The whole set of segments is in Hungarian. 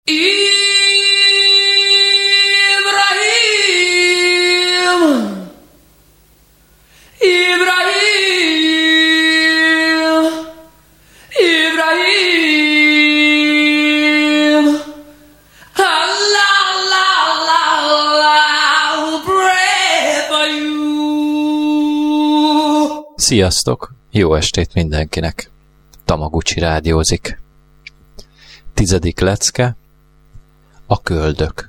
Sziasztok! Jó estét mindenkinek! Tamaguchi rádiózik. 10. lecke. A köldök.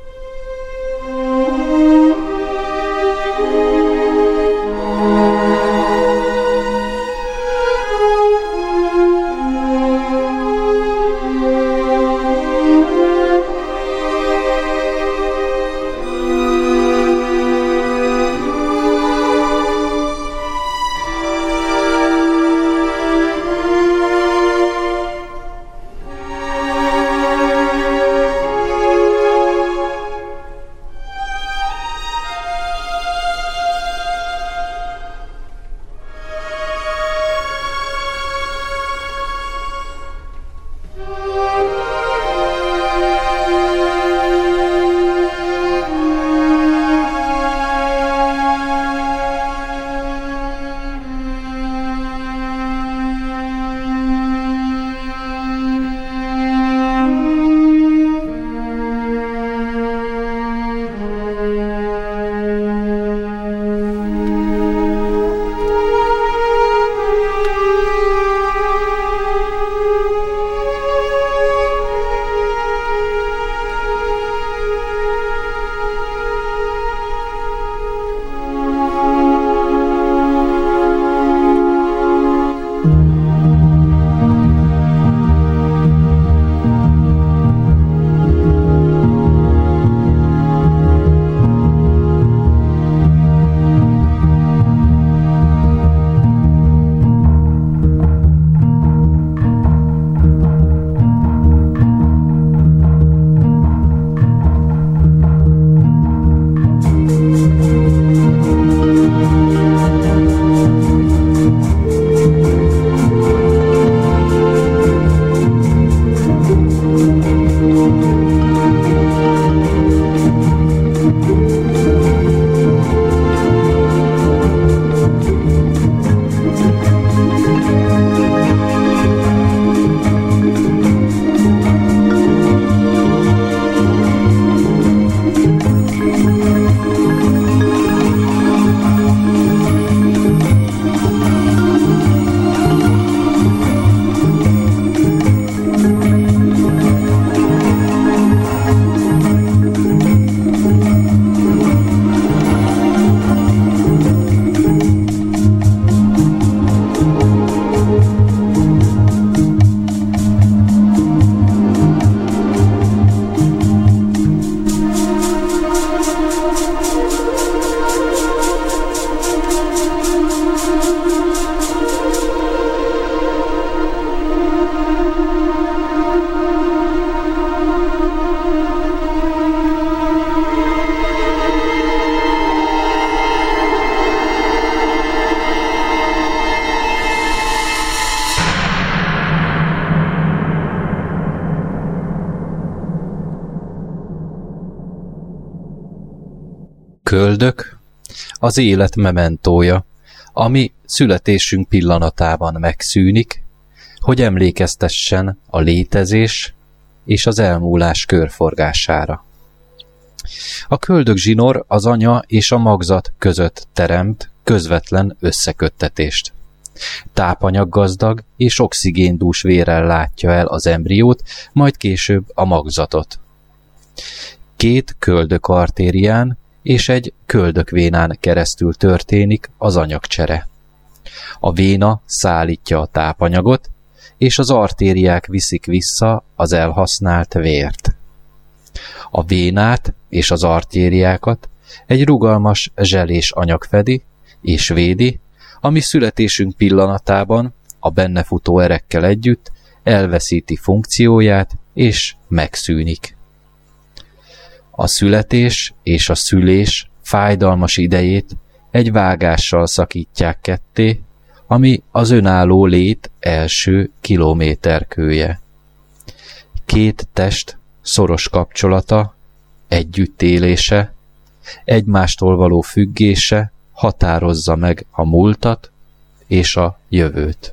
Köldök az élet mementója, ami születésünk pillanatában megszűnik, hogy emlékeztessen a létezés és az elmúlás körforgására. A köldökzsinór az anya és a magzat között teremt közvetlen összeköttetést. Tápanyaggazdag és oxigéndús vérrel látja el az embriót, majd később a magzatot. 2 köldökartérián és egy köldökvénán keresztül történik az anyagcsere. A véna szállítja a tápanyagot, és az artériák viszik vissza az elhasznált vért. A vénát és az artériákat egy rugalmas zselés anyag fedi és védi, ami születésünk pillanatában a benne futó erekkel együtt elveszíti funkcióját és megszűnik. A születés és a szülés fájdalmas idejét egy vágással szakítják ketté, ami az önálló lét első kilométerkője. 2 test szoros kapcsolata, együttélése, egymástól való függése határozza meg a múltat és a jövőt.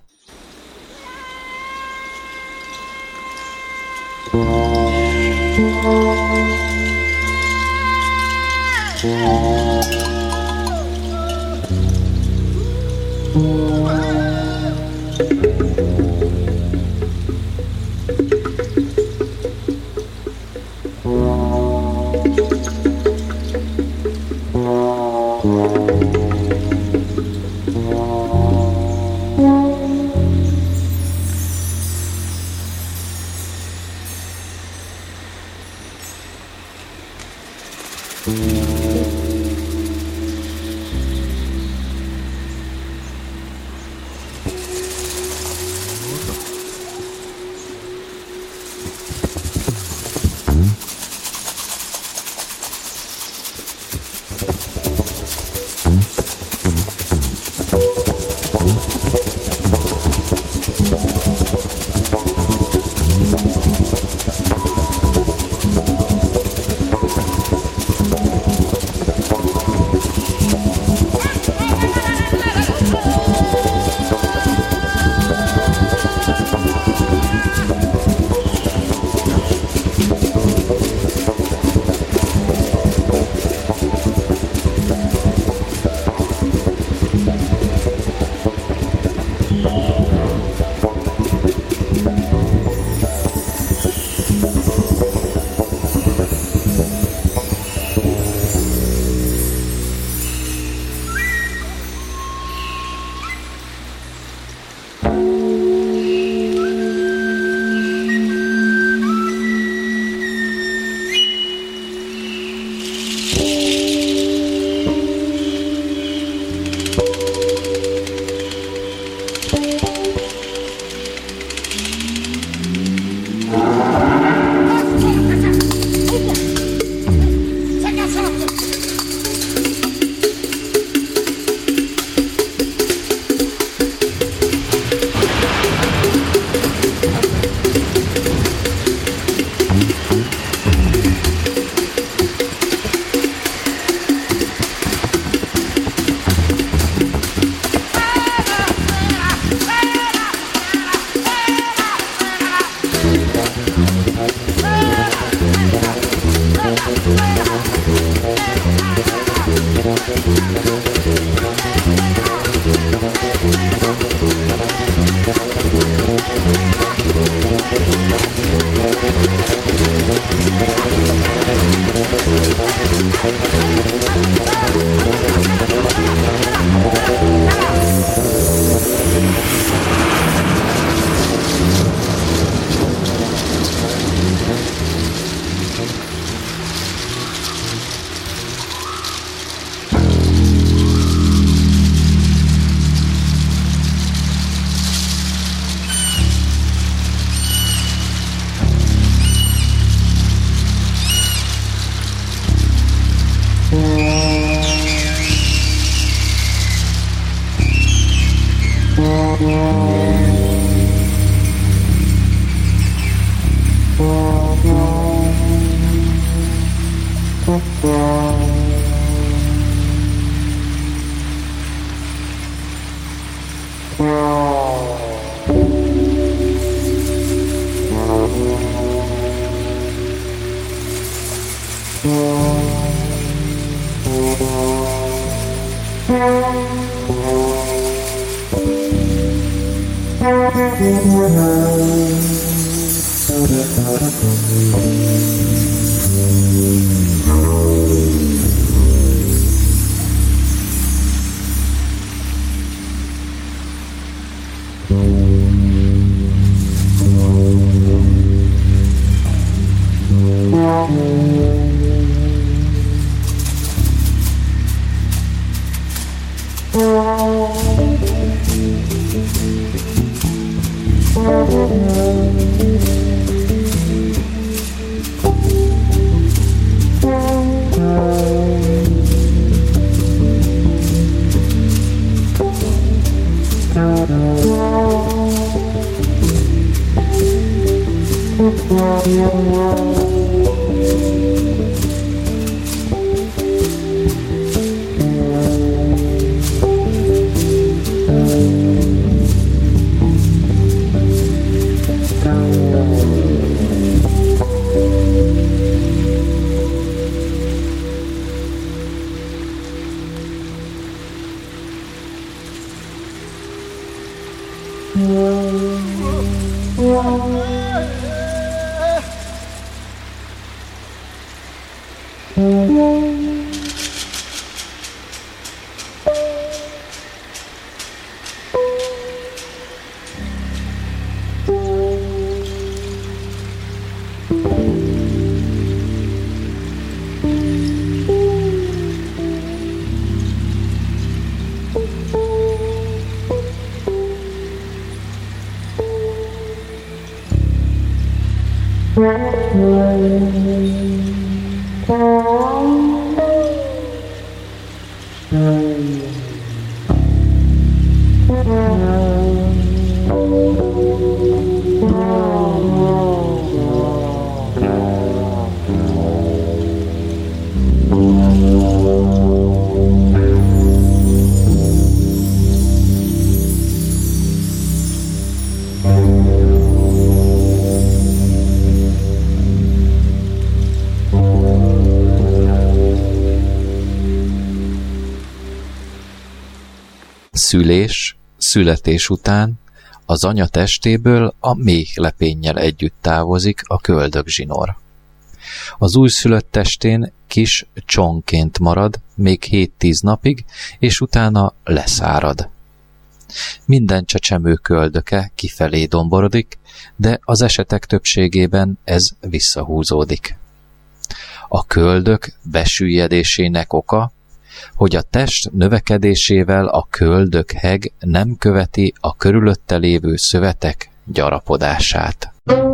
Születés után az anya testéből a méh lepénnyel együtt távozik a köldögzsinór. Az újszülött testén kis csonként marad még 7-10 napig, és utána leszárad. Minden csecsemő köldöke kifelé domborodik, de az esetek többségében ez visszahúzódik. A köldök besüllyedésének oka, hogy a test növekedésével a köldökheg nem követi a körülötte lévő szövetek gyarapodását.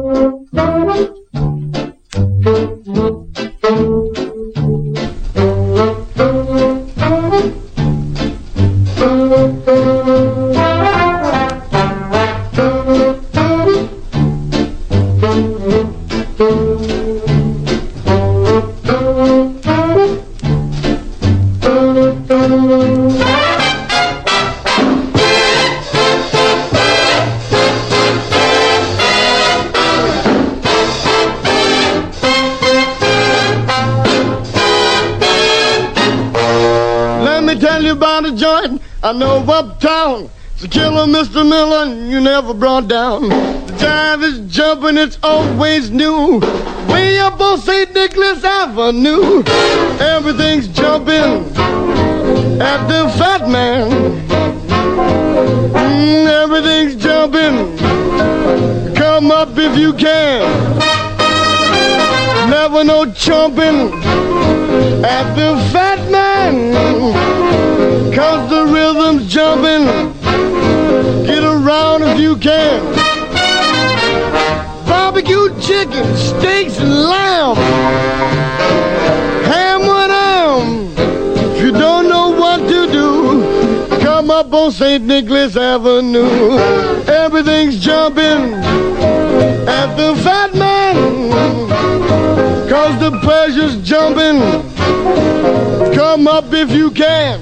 I know uptown, it's a killer, Mr. Miller, you never brought down. The jive is jumping, it's always new. Way up on St. Nicholas Avenue, everything's jumping at the Fat Man. Everything's jumping, come up if you can. Never no chumping at the Fat Man. 'Cause the rhythm's jumping, get around if you can. Barbecue chicken, steaks and lamb, ham with ham. If you don't know what to do, come up on St. Nicholas Avenue. Everything's jumping at the Fat Man. 'Cause the pleasure's jumping, come up if you can.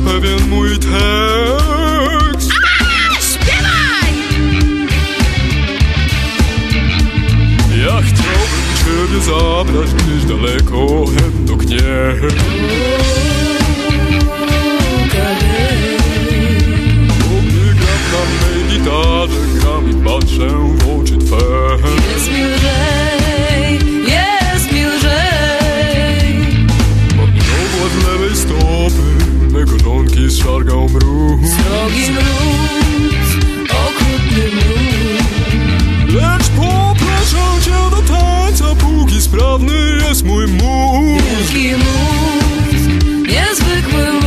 pewien mój tekst. Śpiewaj! Ja chciałbym ciebie zabrać gdzieś daleko, hen do gniew. Na mej gitarze gram i patrzę w oczy twe. Jest mi lżej, jest mi lżej. Pod nogą z lewej stopy me korzonki zszargał mróz. Srogi mróz, okrutny mróz. Lecz poproszę cię do tańca, póki sprawny jest mój mózg. Wielki mózg, niezwykły mózg.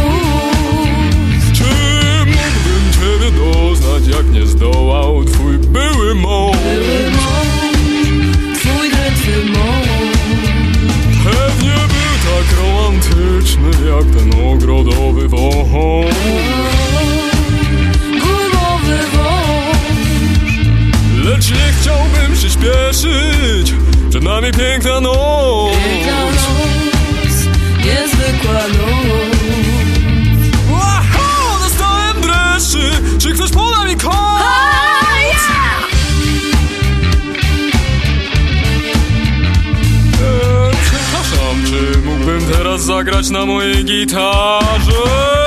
Doznać, jak nie zdołał twój były mąż. Były mąż, twój drętwy mąż. Pewnie był tak romantyczny, jak ten ogrodowy wąż. Gumowy wąż. Lecz nie chciałbym się śpieszyć, przed nami piękna noc. Piękna noc, niezwykła noc. Czy ktoś poda mi koc? Przepraszam, czy mógłbym teraz zagrać na mojej gitarze?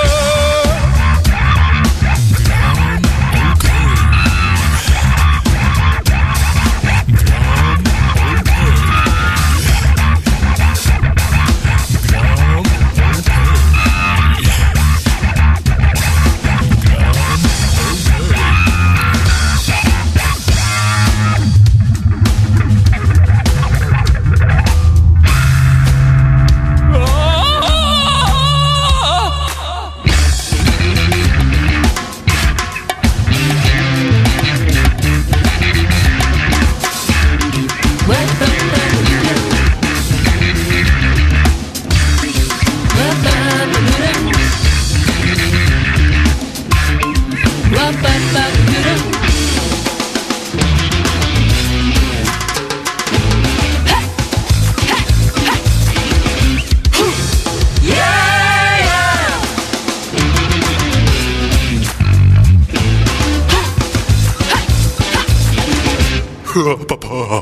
Papa.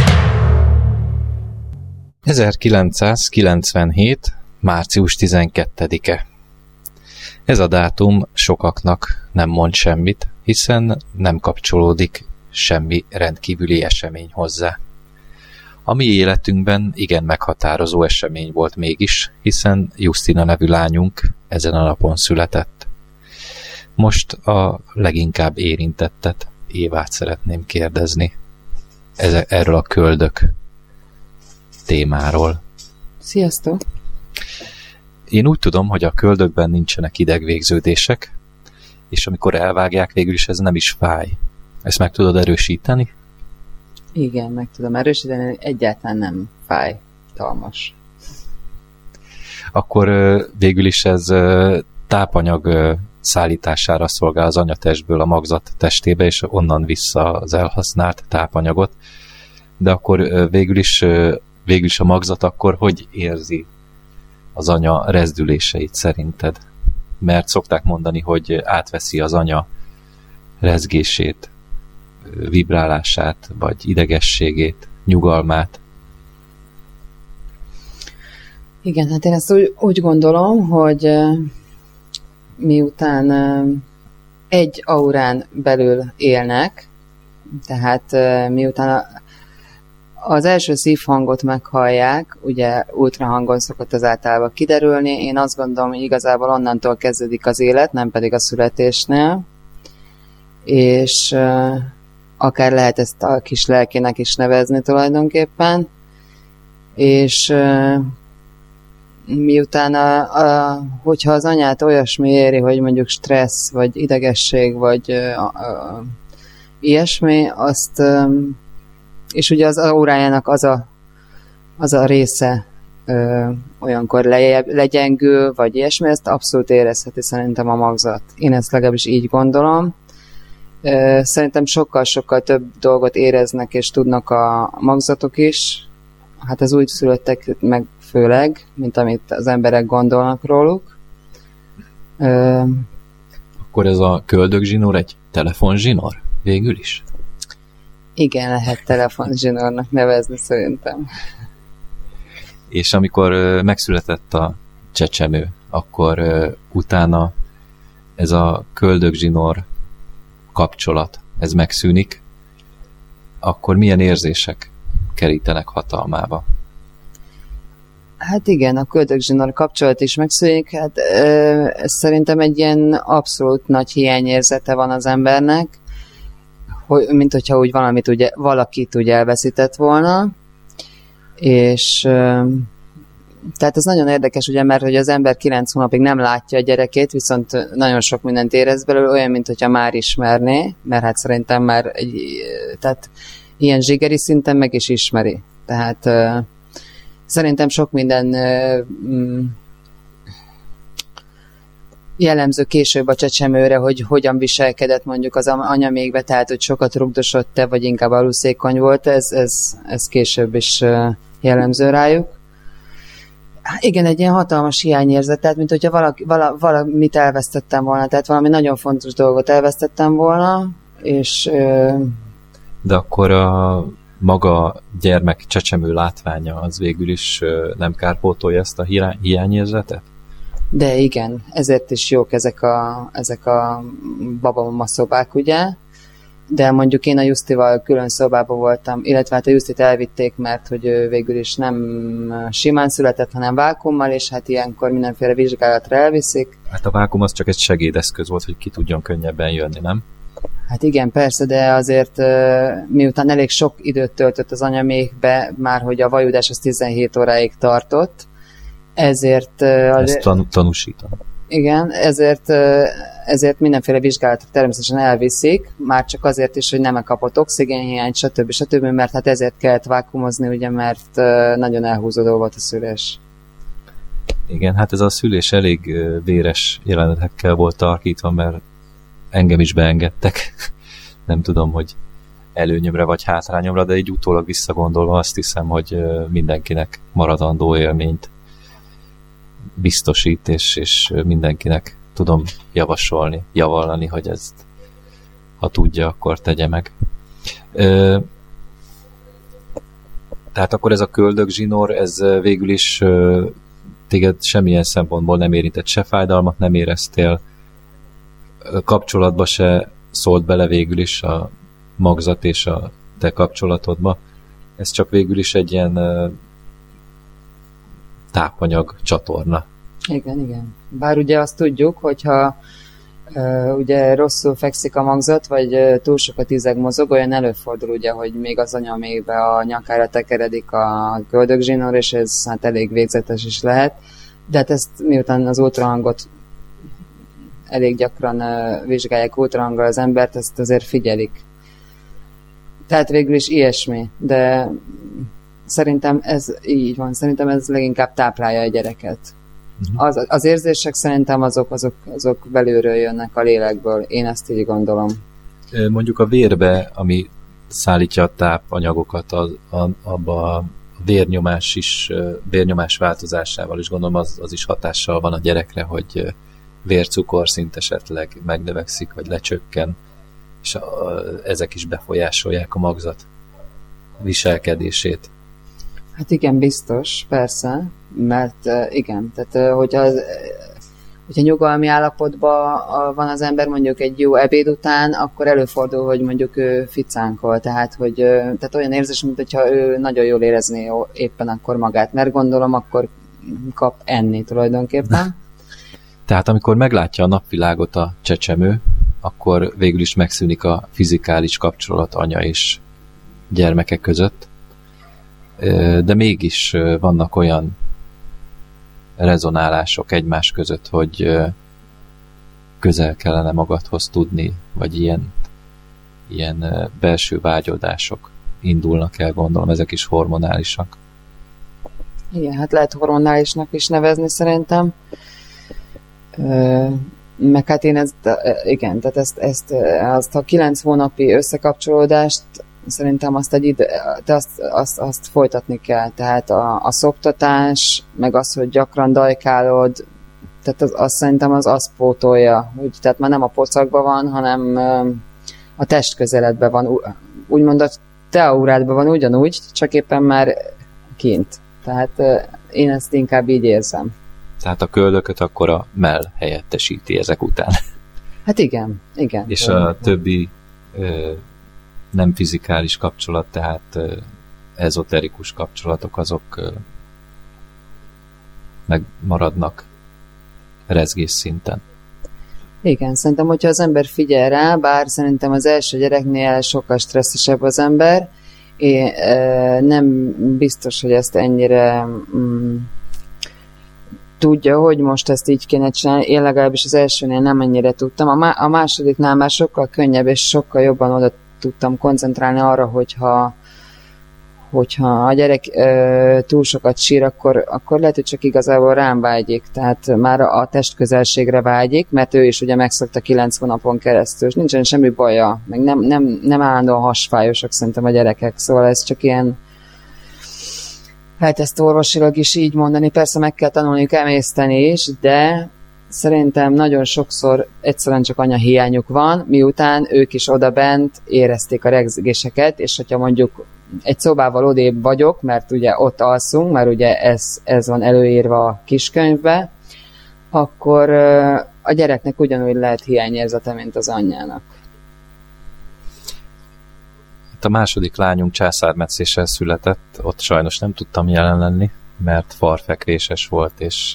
1997. március 12-e. Ez a dátum sokaknak nem mond semmit, hiszen nem kapcsolódik semmi rendkívüli esemény hozzá. A mi életünkben igen meghatározó esemény volt mégis, hiszen Justina nevű lányunk ezen a napon született. Most a leginkább érintettet, Évát szeretném kérdezni erről a köldök témáról. Sziasztok! Én úgy tudom, hogy a köldökben nincsenek idegvégződések, és amikor elvágják, végül is ez nem is fáj. Ezt meg tudod erősíteni? Igen, meg tudom erősíteni, egyáltalán nem fájtalmas. Akkor végül is ez tápanyag szállítására szolgál az anyatestből a magzat testébe, és onnan vissza az elhasznált tápanyagot. De akkor végül is a magzat akkor hogy érzi az anya rezdüléseit szerinted? Mert szokták mondani, hogy átveszi az anya rezgését, vibrálását, vagy idegességét, nyugalmát. Igen, hát én ezt úgy gondolom, hogy miután egy aurán belül élnek, tehát miután az első szívhangot meghallják, ugye ultrahangon szokott az általában kiderülni, én azt gondolom, hogy igazából onnantól kezdődik az élet, nem pedig a születésnél, és akár lehet ezt a kis lelkének is nevezni tulajdonképpen, és miután hogyha az anyát olyasmi éri, hogy mondjuk stressz, vagy idegesség, vagy ilyesmi, azt, és ugye az aurájának az a része olyankor legyengül, vagy ilyesmi, ezt abszolút érezheti szerintem a magzat. Én ezt legalábbis így gondolom. Szerintem sokkal-sokkal több dolgot éreznek és tudnak a magzatok is, hát az újszülöttek meg főleg, mint amit az emberek gondolnak róluk. Akkor ez a köldögzsinór egy telefonzsinór végül is? Igen, lehet telefonzsinórnak nevezni szerintem. És amikor megszületett a csecsemő, akkor utána ez a köldögzsinór kapcsolat, ez megszűnik, akkor milyen érzések kerítenek hatalmába? Hát igen, a köldögzsinór kapcsolat is megszűnik, hát ez szerintem egy ilyen abszolút nagy hiányérzete van az embernek, mint hogyha úgy valakit ugye elveszített volna, és tehát ez nagyon érdekes, ugye, mert hogy az ember 9 hónapig nem látja a gyerekét, viszont nagyon sok mindent érez belőle, olyan, mint hogyha már ismerné, mert hát szerintem már tehát ilyen zsigeri szinten meg is ismeri. Tehát szerintem sok minden jellemző később a csecsemőre, hogy hogyan viselkedett mondjuk az anyamékbe, tehát hogy sokat rugdosott-e, vagy inkább aluszékony volt, ez később is jellemző rájuk. Igen, egy ilyen hatalmas hiányérzet, tehát mint hogyha valamit elvesztettem volna, tehát valami nagyon fontos dolgot elvesztettem volna, és... De akkor a maga gyermek csecsemő látványa az végül is nem kárpótolja ezt a hiányérzetet? De igen, ezért is jók ezek a babamama szobák, ugye? De mondjuk én a Jusztival külön szobában voltam, illetve hát a Jusztit elvitték, mert hogy ő végül is nem simán született, hanem vákuummal, és hát ilyenkor mindenféle vizsgálatra elviszik. Hát a vákuum az csak egy segédeszköz volt, hogy ki tudjon könnyebben jönni, nem? Hát igen, persze, de azért miután elég sok időt töltött az anyamékbe, már hogy a vajudás az 17 óráig tartott, ezért... Ezt tanúsítom. Igen, ezért mindenféle vizsgálatot természetesen elviszik, már csak azért is, hogy nem kapott oxigénhiányt, stb., mert hát ezért kellett vákuumozni, ugye, mert nagyon elhúzódó volt a szülés. Igen, hát ez a szülés elég véres jelenetekkel volt tarkítva, mert engem is beengedtek. Nem tudom, hogy előnyömre vagy hátrányomra, de így utólag visszagondolva azt hiszem, hogy mindenkinek maradandó élményt biztosít, és mindenkinek tudom javallani, hogy ezt, ha tudja, akkor tegye meg. Tehát akkor ez a köldögzsinór, ez végül is téged semmilyen szempontból nem érintett, se fájdalmat nem éreztél, kapcsolatba se szólt bele végül is a magzat és a te kapcsolatodba. Ez csak végül is egy ilyen tápanyag csatorna. Igen. Bár ugye azt tudjuk, hogyha ugye rosszul fekszik a magzat, vagy túl sokat izeg mozog, olyan előfordul ugye, hogy még az anyamékbe a nyakára tekeredik a köldögzsinór, és ez hát elég végzetes is lehet. De hát ezt miután az ultrahangot elég gyakran vizsgálják ultrahanggal az embert, ezt azért figyelik. Tehát végül is ilyesmi, de szerintem ez így van, szerintem ez leginkább táplálja a gyereket. Az érzések szerintem azok belülről jönnek, a lélekből, én ezt így gondolom. Mondjuk a vérbe, ami szállítja a tápanyagokat, abba a vérnyomás változásával is gondolom, az is hatással van a gyerekre, hogy vércukorszint esetleg megnövekszik, vagy lecsökken, és ezek is befolyásolják a magzat viselkedését. Hát igen, biztos, persze, mert igen, tehát hogyha nyugalmi állapotban van az ember mondjuk egy jó ebéd után, akkor előfordul, hogy mondjuk ő ficánkol, tehát olyan érzés, mint hogyha ő nagyon jól érezné éppen akkor magát, mert gondolom akkor kap enni tulajdonképpen. Tehát amikor meglátja a napvilágot a csecsemő, akkor végül is megszűnik a fizikális kapcsolat anya és gyermeke között, de mégis vannak olyan rezonálások egymás között, hogy közel kellene magadhoz tudni, vagy ilyen belső vágyódások indulnak el, gondolom, ezek is hormonálisak. Igen, hát lehet hormonálisnak is nevezni szerintem. Meg hát én tehát ezt a 9 hónapi összekapcsolódást szerintem azt folytatni kell. Tehát a szoptatás, meg az, hogy gyakran dajkálod, Tehát azt szerintem az pótolja. Úgy, tehát már nem a pocakban van, hanem a test közeledben van. Úgymond a te aurádban van ugyanúgy, csak éppen már kint. Tehát én ezt inkább így érzem. Tehát a köldököt akkor a mell helyettesíti ezek után. Hát igen. És a többi nem fizikális kapcsolat, tehát ezoterikus kapcsolatok, azok megmaradnak rezgés szinten. Igen, szerintem, hogyha az ember figyel rá, bár szerintem az első gyereknél sokkal stresszesebb az ember, nem biztos, hogy ezt ennyire tudja, hogy most ezt így kéne csinálni. Én legalábbis az elsőnél nem ennyire tudtam. A másodiknál már sokkal könnyebb, és sokkal jobban oda tudtam koncentrálni arra, hogyha a gyerek túl sokat sír, akkor lehet, hogy csak igazából rám vágyik. Tehát már a testközelségre vágyik, mert ő is ugye megszokta 9 hónapon keresztül, és nincsen semmi baja, meg nem állandóan hasfájosak szerintem a gyerekek, szóval ez csak ilyen, lehet ezt orvosilag is így mondani, persze meg kell tanulniuk emészteni is, de szerintem nagyon sokszor egyszerűen csak anyahiányuk van, miután ők is odabent érezték a rezgéseket, és hogyha mondjuk egy szobával odébb vagyok, mert ugye ott alszunk, mert ugye ez van előírva a kiskönyvbe, akkor a gyereknek ugyanúgy lehet hiányérzete, mint az anyjának. A második lányunk császármetszéssel született, ott sajnos nem tudtam jelen lenni, mert farfekvéses volt, és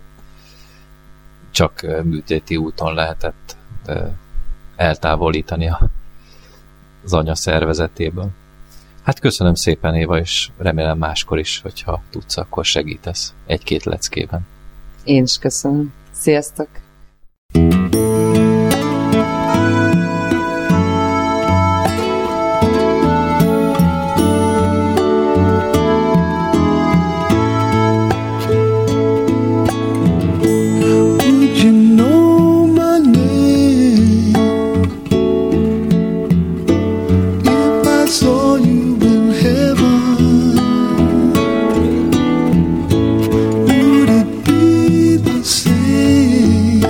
csak műtéti úton lehetett eltávolítani az anya szervezetéből. Hát köszönöm szépen, Éva, és remélem máskor is, hogyha tudsz, akkor segítesz egy-két leckében. Én is köszönöm. Sziasztok! Would you know my name if I saw you in heaven? Would it be the same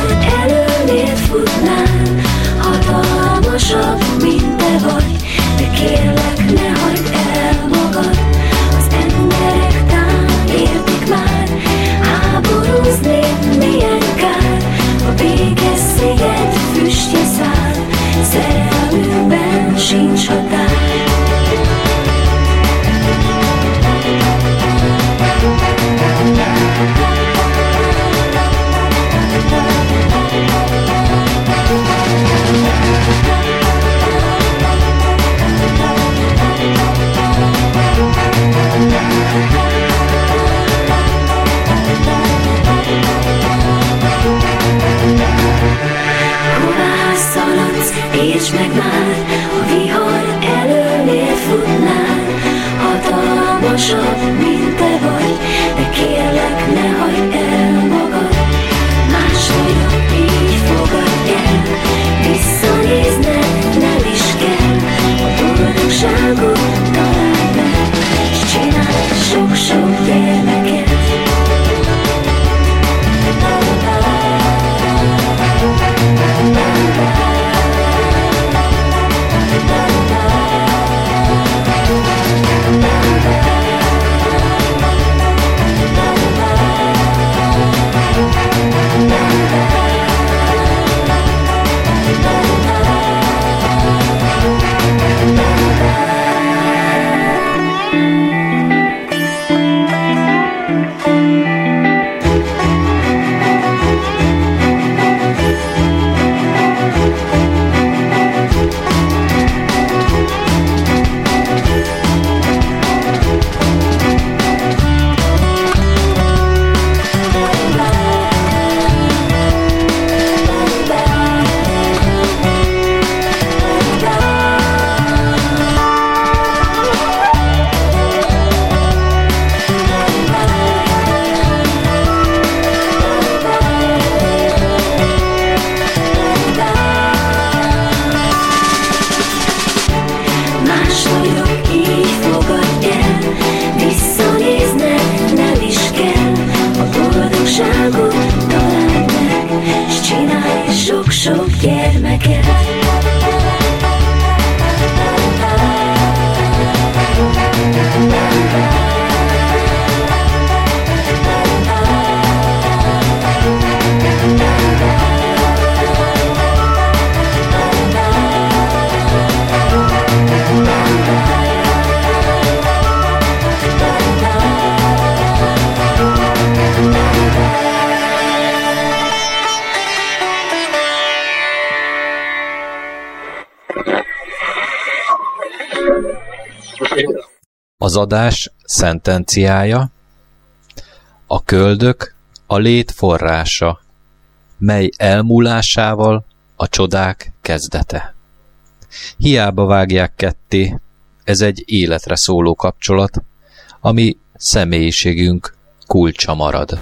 vihar előnél futnál, hatalmasabb, mint te vagy, de kérlek, ne hagyd el magad. Az emberek tán értik már, háborúzni milyen kár. A békés sziget füstje száll, szerelmünkben sincs határ. Hová szaladsz, értsd meg már, a vihar előnél futnál, hatalmasabb, mint te vagy, de kérlek, ne hagyd el magad. Más vagyok, így fogadj el, visszanézned nem is kell. A boldogságot találd meg, s csinálj sok-sok gyermeket. Sok gyermeket. Az adás szentenciája: a köldök a lét forrása, mely elmúlásával a csodák kezdete. Hiába vágják ketté, ez egy életre szóló kapcsolat, ami személyiségünk kulcsa marad.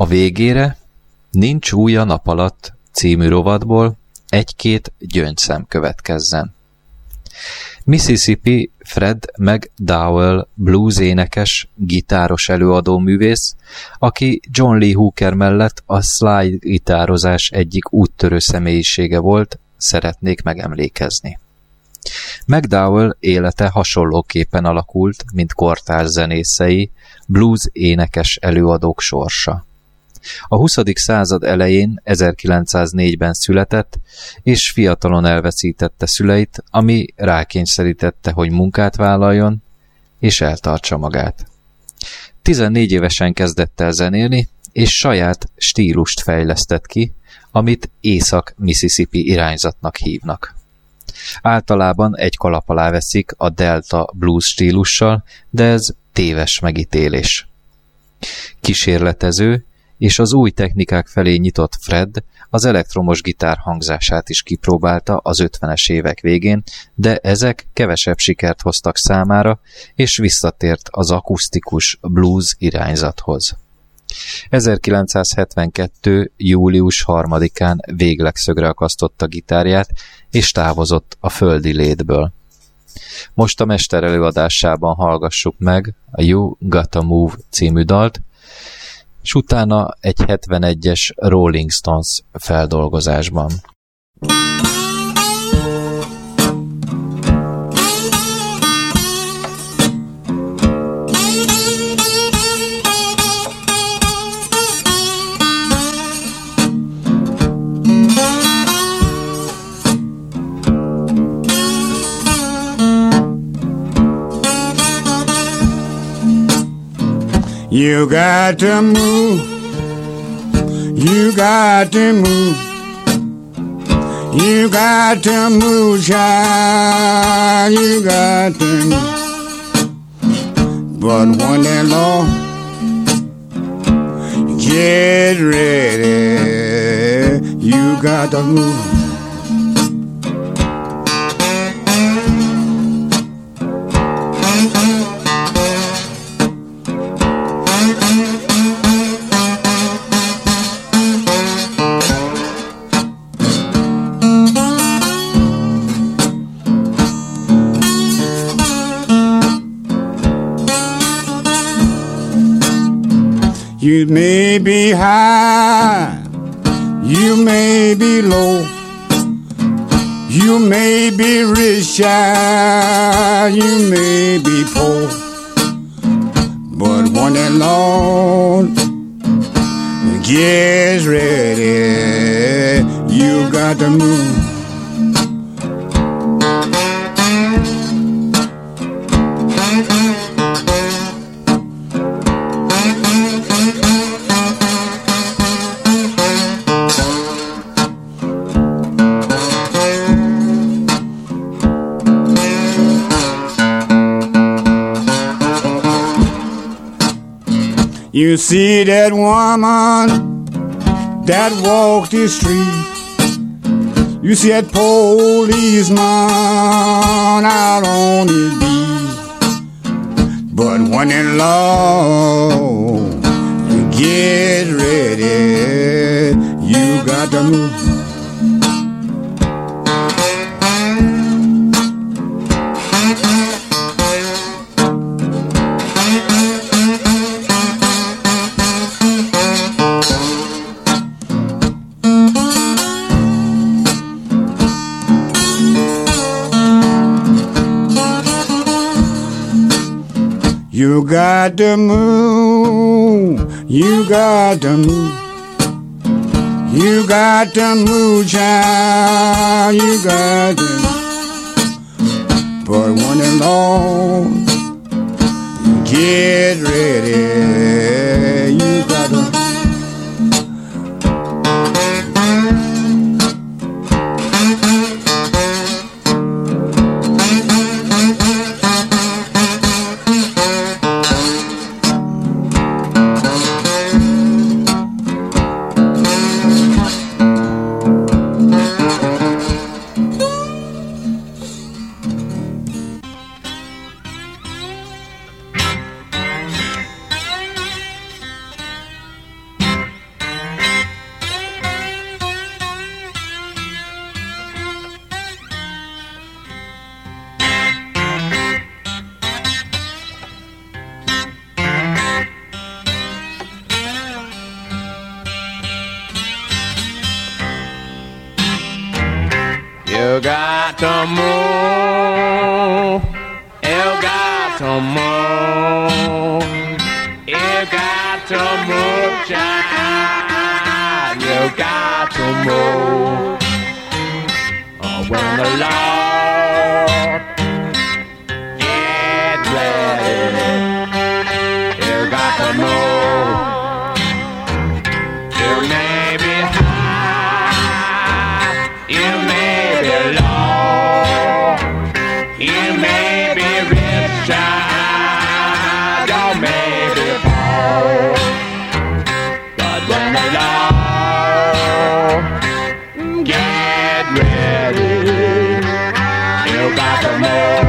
végére Nincs új a nap alatt című rovatból egy-két gyöngyszem következzen. Mississippi Fred McDowell blues énekes, gitáros előadóművész, aki John Lee Hooker mellett a slide gitározás egyik úttörő személyisége volt, szeretnék megemlékezni. McDowell élete hasonlóképpen alakult, mint kortárs zenészei, blues énekes előadók sorsa. A 20. század elején 1904-ben született, és fiatalon elveszítette szüleit, ami rákényszerítette, hogy munkát vállaljon, és eltartsa magát. 14 évesen kezdett el zenélni, és saját stílust fejlesztett ki, amit Észak-Mississippi irányzatnak hívnak. Általában egy kalap alá veszik a Delta blues stílussal, de ez téves megítélés. Kísérletező és az új technikák felé nyitott Fred az elektromos gitár hangzását is kipróbálta az 50-es évek végén, de ezek kevesebb sikert hoztak számára, és visszatért az akusztikus blues irányzathoz. 1972. július 3-án végleg szögre akasztotta gitárját, és távozott a földi létből. Most a mester előadásában hallgassuk meg a You Gotta Move című dalt, és utána egy 71-es Rolling Stones feldolgozásban. You got to move, you got to move, you got to move, child, you got to move. But when the Lord get ready, you got to move. You may be high, you may be low, you may be rich, child, you may be poor, but when the Lord gets ready, you got to move. You see that woman that walked the street. You see that policeman out on his beat. But when the Lord get ready, you got to move. You got to move, you got to move, you got to move, child, you got to move. But when the Lord get ready, you got to move. You got to move. You got to move. You got to move, child. You got to move. When the Lord get ready, you got to move. You may be high, you may be low, you may be rich, child, you may be poor, but when the Lord get ready, you got to move.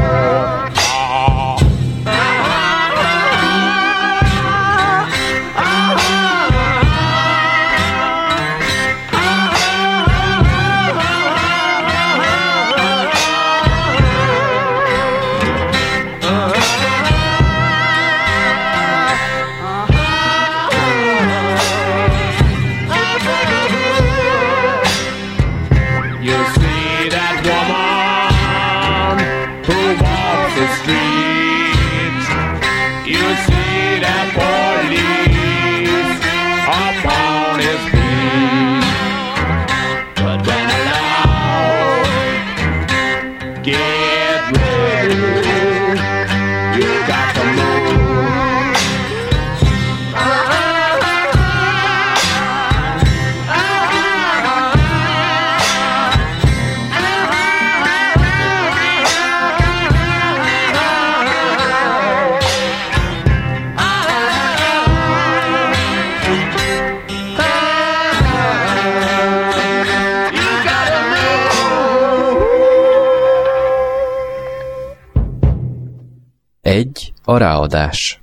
A ráadás.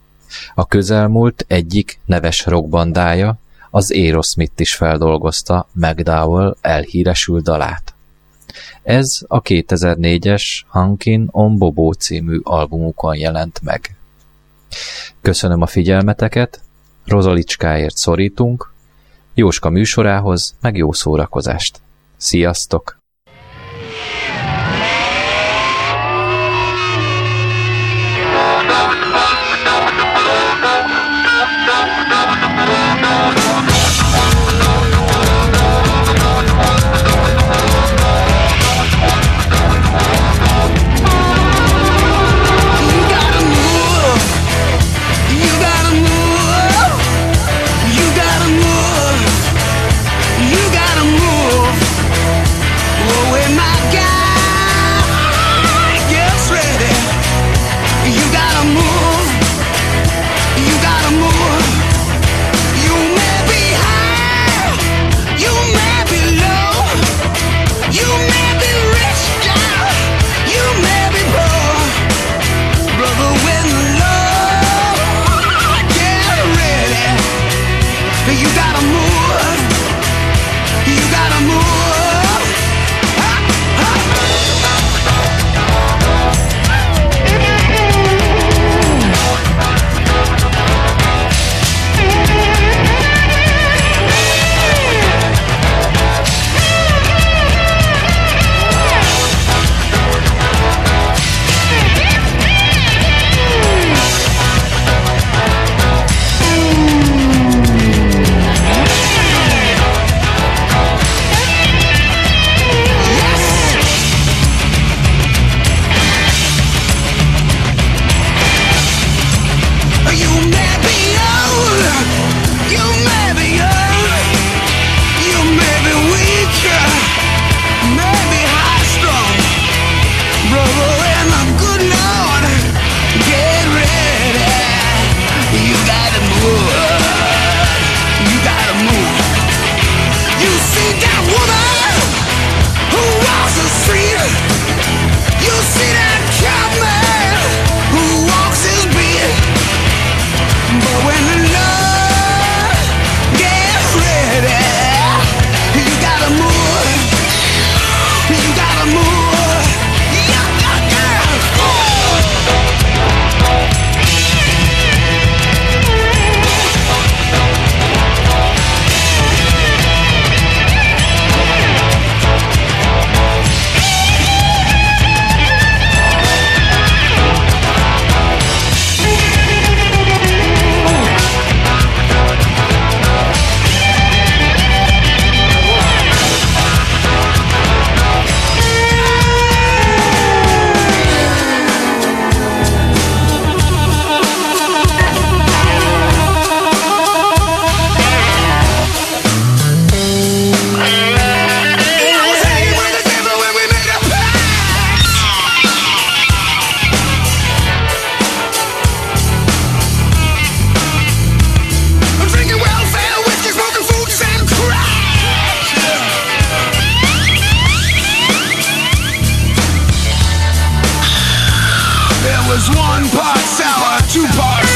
A közelmúlt egyik neves rockbandája, az Aerosmith is feldolgozta McDowell elhíresült dalát. Ez a 2004-es Hunkin' on Bobo című albumukon jelent meg. Köszönöm a figyelmeteket, Rozalicskáért szorítunk, Jóska műsorához meg jó szórakozást. Sziasztok! You gotta move. was 1 part sour, 2 parts